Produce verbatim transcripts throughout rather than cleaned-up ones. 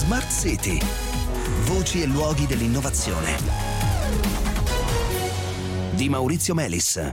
Smart City. Voci e luoghi dell'innovazione. Di Maurizio Melis.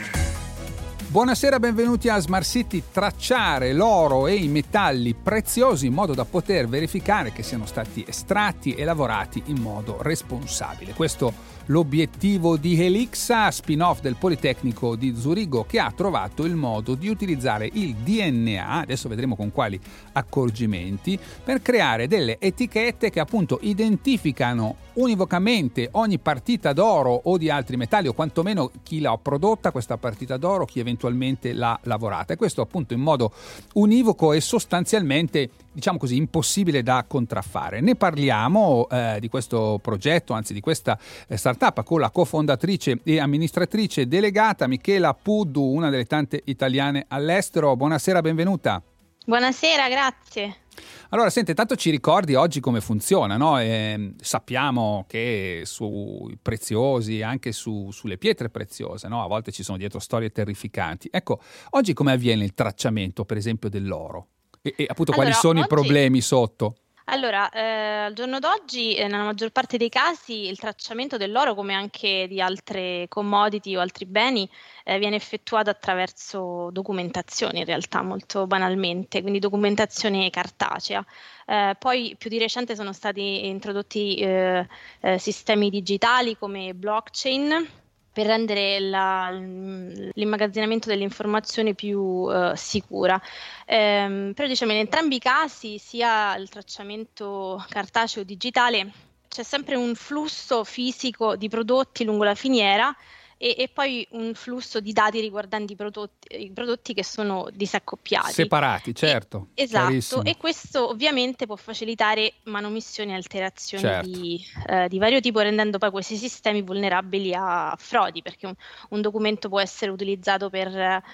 Buonasera, benvenuti a Smart City. Tracciare l'oro e i metalli preziosi in modo da poter verificare che siano stati estratti e lavorati in modo responsabile. Questo l'obiettivo di Helixa, spin-off del Politecnico di Zurigo, che ha trovato il modo di utilizzare il D N A, adesso vedremo con quali accorgimenti, per creare delle etichette che appunto identificano univocamente ogni partita d'oro o di altri metalli, o quantomeno chi l'ha prodotta questa partita d'oro, chi eventualmente l'ha lavorata, e questo appunto in modo univoco e sostanzialmente, diciamo così, impossibile da contraffare. Ne parliamo eh, di questo progetto, anzi di questa eh, startup, con la cofondatrice e amministratrice delegata Michela Puddu, una delle tante italiane all'estero. Buonasera, benvenuta. Buonasera, grazie. Allora, senti, tanto ci ricordi oggi come funziona, no? E sappiamo che sui preziosi, anche su, sulle pietre preziose, no? A volte ci sono dietro storie terrificanti. Ecco, oggi come avviene il tracciamento, per esempio, dell'oro? E, e appunto allora, quali sono oggi... i problemi sotto? Allora, eh, al giorno d'oggi, eh, nella maggior parte dei casi, il tracciamento dell'oro, come anche di altre commodity o altri beni, eh, viene effettuato attraverso documentazione, in realtà, molto banalmente, quindi documentazione cartacea. Eh, poi più di recente sono stati introdotti eh, eh, sistemi digitali come blockchain, per rendere la, l'immagazzinamento delle informazioni più uh, sicura. Ehm, però diciamo in entrambi i casi, sia il tracciamento cartaceo o digitale, c'è sempre un flusso fisico di prodotti lungo la finiera e, e poi un flusso di dati riguardanti i prodotti, i prodotti che sono disaccoppiati. Separati, certo. E, esatto, e questo ovviamente può facilitare manomissioni e alterazioni certo. di, eh, di vario tipo, rendendo poi questi sistemi vulnerabili a frodi, perché un, un documento può essere utilizzato per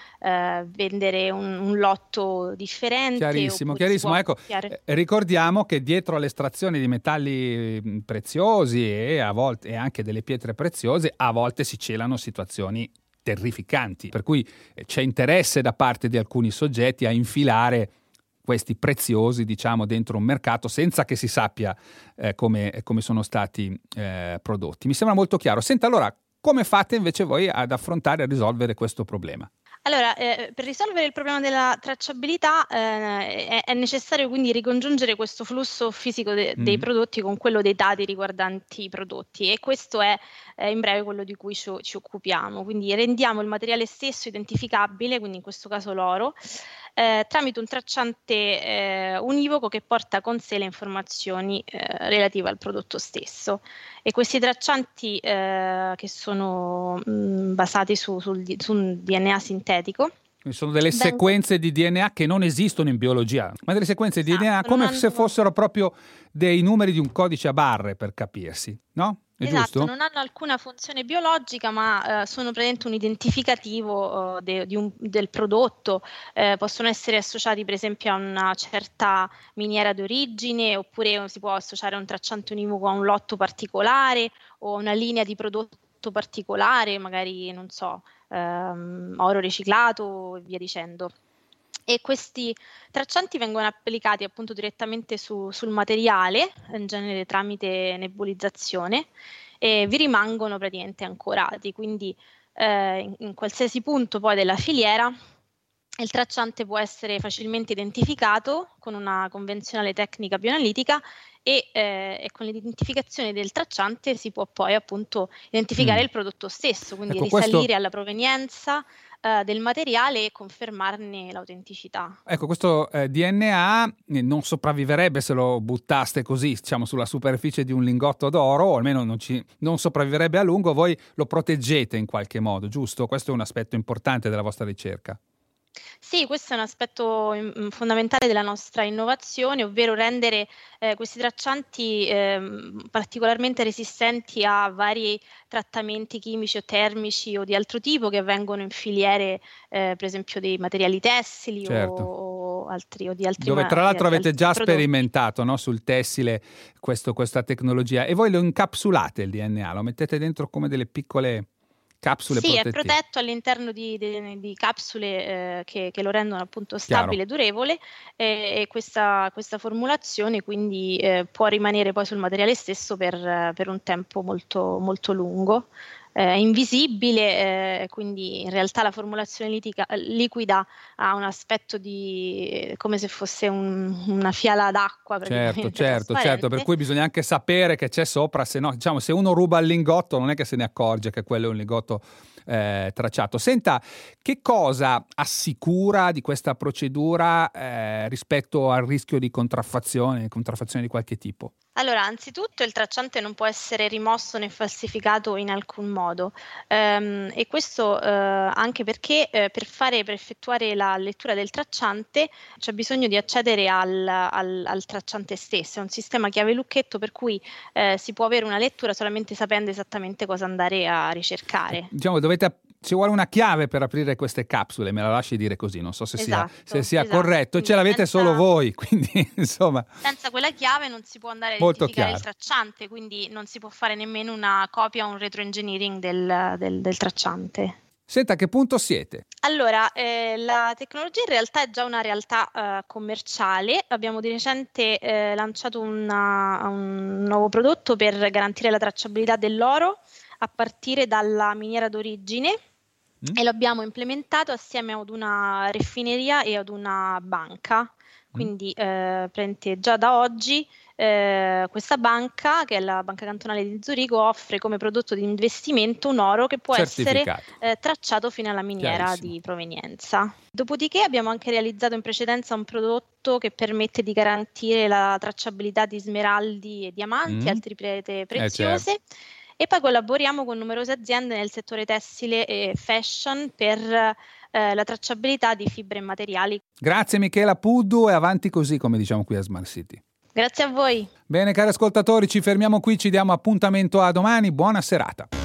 eh, vendere un, un lotto differente. Chiarissimo, chiarissimo. Ecco, eh, ricordiamo che dietro all'estrazione di metalli preziosi e a volte e anche delle pietre preziose, a volte si celano situazioni terrificanti, per cui c'è interesse da parte di alcuni soggetti a infilare questi preziosi, diciamo, dentro un mercato senza che si sappia eh, come, come sono stati eh, prodotti. Mi sembra molto chiaro. Senta, allora, come fate invece voi ad affrontare e a risolvere questo problema? Allora, eh, per risolvere il problema della tracciabilità eh, è, è necessario quindi ricongiungere questo flusso fisico de- dei mm. prodotti con quello dei dati riguardanti i prodotti, e questo è eh, in breve quello di cui ci, ci occupiamo. Quindi rendiamo il materiale stesso identificabile, quindi in questo caso l'oro, eh, tramite un tracciante eh, univoco che porta con sé le informazioni eh, relative al prodotto stesso. E questi traccianti eh, che sono mh, basati su, sul, su un D N A sintetico. Sono delle Vengo... sequenze di D N A che non esistono in biologia, ma delle sequenze esatto, di D N A come hanno... se fossero proprio dei numeri di un codice a barre, per capirsi, no? È esatto, giusto? Non hanno alcuna funzione biologica, ma eh, sono praticamente un identificativo eh, de, di un, del prodotto. Eh, possono essere associati per esempio a una certa miniera d'origine, oppure si può associare a un tracciante univoco a un lotto particolare o una linea di prodotto particolare, magari, non so, ehm, oro riciclato e via dicendo. E questi traccianti vengono applicati appunto direttamente su, sul materiale, in genere tramite nebulizzazione, e vi rimangono praticamente ancorati, quindi eh, in, in qualsiasi punto poi della filiera il tracciante può essere facilmente identificato con una convenzionale tecnica bioanalitica e, eh, e con l'identificazione del tracciante si può poi appunto identificare mm. il prodotto stesso, quindi ecco, risalire questo... alla provenienza eh, del materiale e confermarne l'autenticità. Ecco, questo eh, D N A non sopravviverebbe se lo buttaste così, diciamo, sulla superficie di un lingotto d'oro, o almeno non, ci, non sopravviverebbe a lungo. Voi lo proteggete in qualche modo, giusto? Questo è un aspetto importante della vostra ricerca. Sì, questo è un aspetto mh, fondamentale della nostra innovazione, ovvero rendere eh, questi traccianti eh, particolarmente resistenti a vari trattamenti chimici o termici o di altro tipo che avvengono in filiere, eh, per esempio dei materiali tessili certo. o, o altri o di altri dove tra l'altro avete già prodotti. sperimentato, no, sul tessile questo, questa tecnologia, e voi lo incapsulate il D N A, lo mettete dentro come delle piccole Capsule sì, protettive. è protetto all'interno di, di, di capsule eh, che, che lo rendono appunto stabile e durevole, e, e questa, questa formulazione quindi eh, può rimanere poi sul materiale stesso per, per un tempo molto, molto lungo. È eh, invisibile, eh, quindi in realtà la formulazione litica, liquida ha un aspetto di come se fosse un, una fiala d'acqua praticamente. Certo, certo, certo, per cui bisogna anche sapere che c'è sopra, se no, diciamo, se uno ruba il lingotto non è che se ne accorge che quello è un lingotto eh, tracciato. Senta, che cosa assicura di questa procedura eh, rispetto al rischio di contraffazione, contraffazione di qualche tipo? Allora, anzitutto il tracciante non può essere rimosso né falsificato in alcun modo, ehm, e questo eh, anche perché eh, per fare, per effettuare la lettura del tracciante c'è bisogno di accedere al, al, al tracciante stesso. È un sistema chiave-lucchetto per cui eh, si può avere una lettura solamente sapendo esattamente cosa andare a ricercare. Diciamo, dovete ci vuole una chiave per aprire queste capsule, me la lasci dire così, non so se esatto, sia, se sia esatto. corretto, e ce l'avete senza, solo voi, quindi insomma. Senza quella chiave non si può andare a Molto identificare chiaro. il tracciante, quindi non si può fare nemmeno una copia o un retroengineering del, del, del tracciante. Senta, a che punto siete? Allora, eh, la tecnologia in realtà è già una realtà eh, commerciale. Abbiamo di recente eh, lanciato una, un nuovo prodotto per garantire la tracciabilità dell'oro a partire dalla miniera d'origine. Mm. E lo abbiamo implementato assieme ad una raffineria e ad una banca, quindi eh, già da oggi eh, questa banca, che è la Banca Cantonale di Zurigo, offre come prodotto di investimento un oro che può essere eh, tracciato fino alla miniera di provenienza. Dopodiché abbiamo anche realizzato in precedenza un prodotto che permette di garantire la tracciabilità di smeraldi e diamanti, mm. altre pietre preziose. Eh, certo. E poi collaboriamo con numerose aziende nel settore tessile e fashion per eh, la tracciabilità di fibre e materiali. Grazie Michela Puddu, e avanti così, come diciamo qui a Smart City. Grazie a voi. Bene, cari ascoltatori, ci fermiamo qui, ci diamo appuntamento a domani. Buona serata.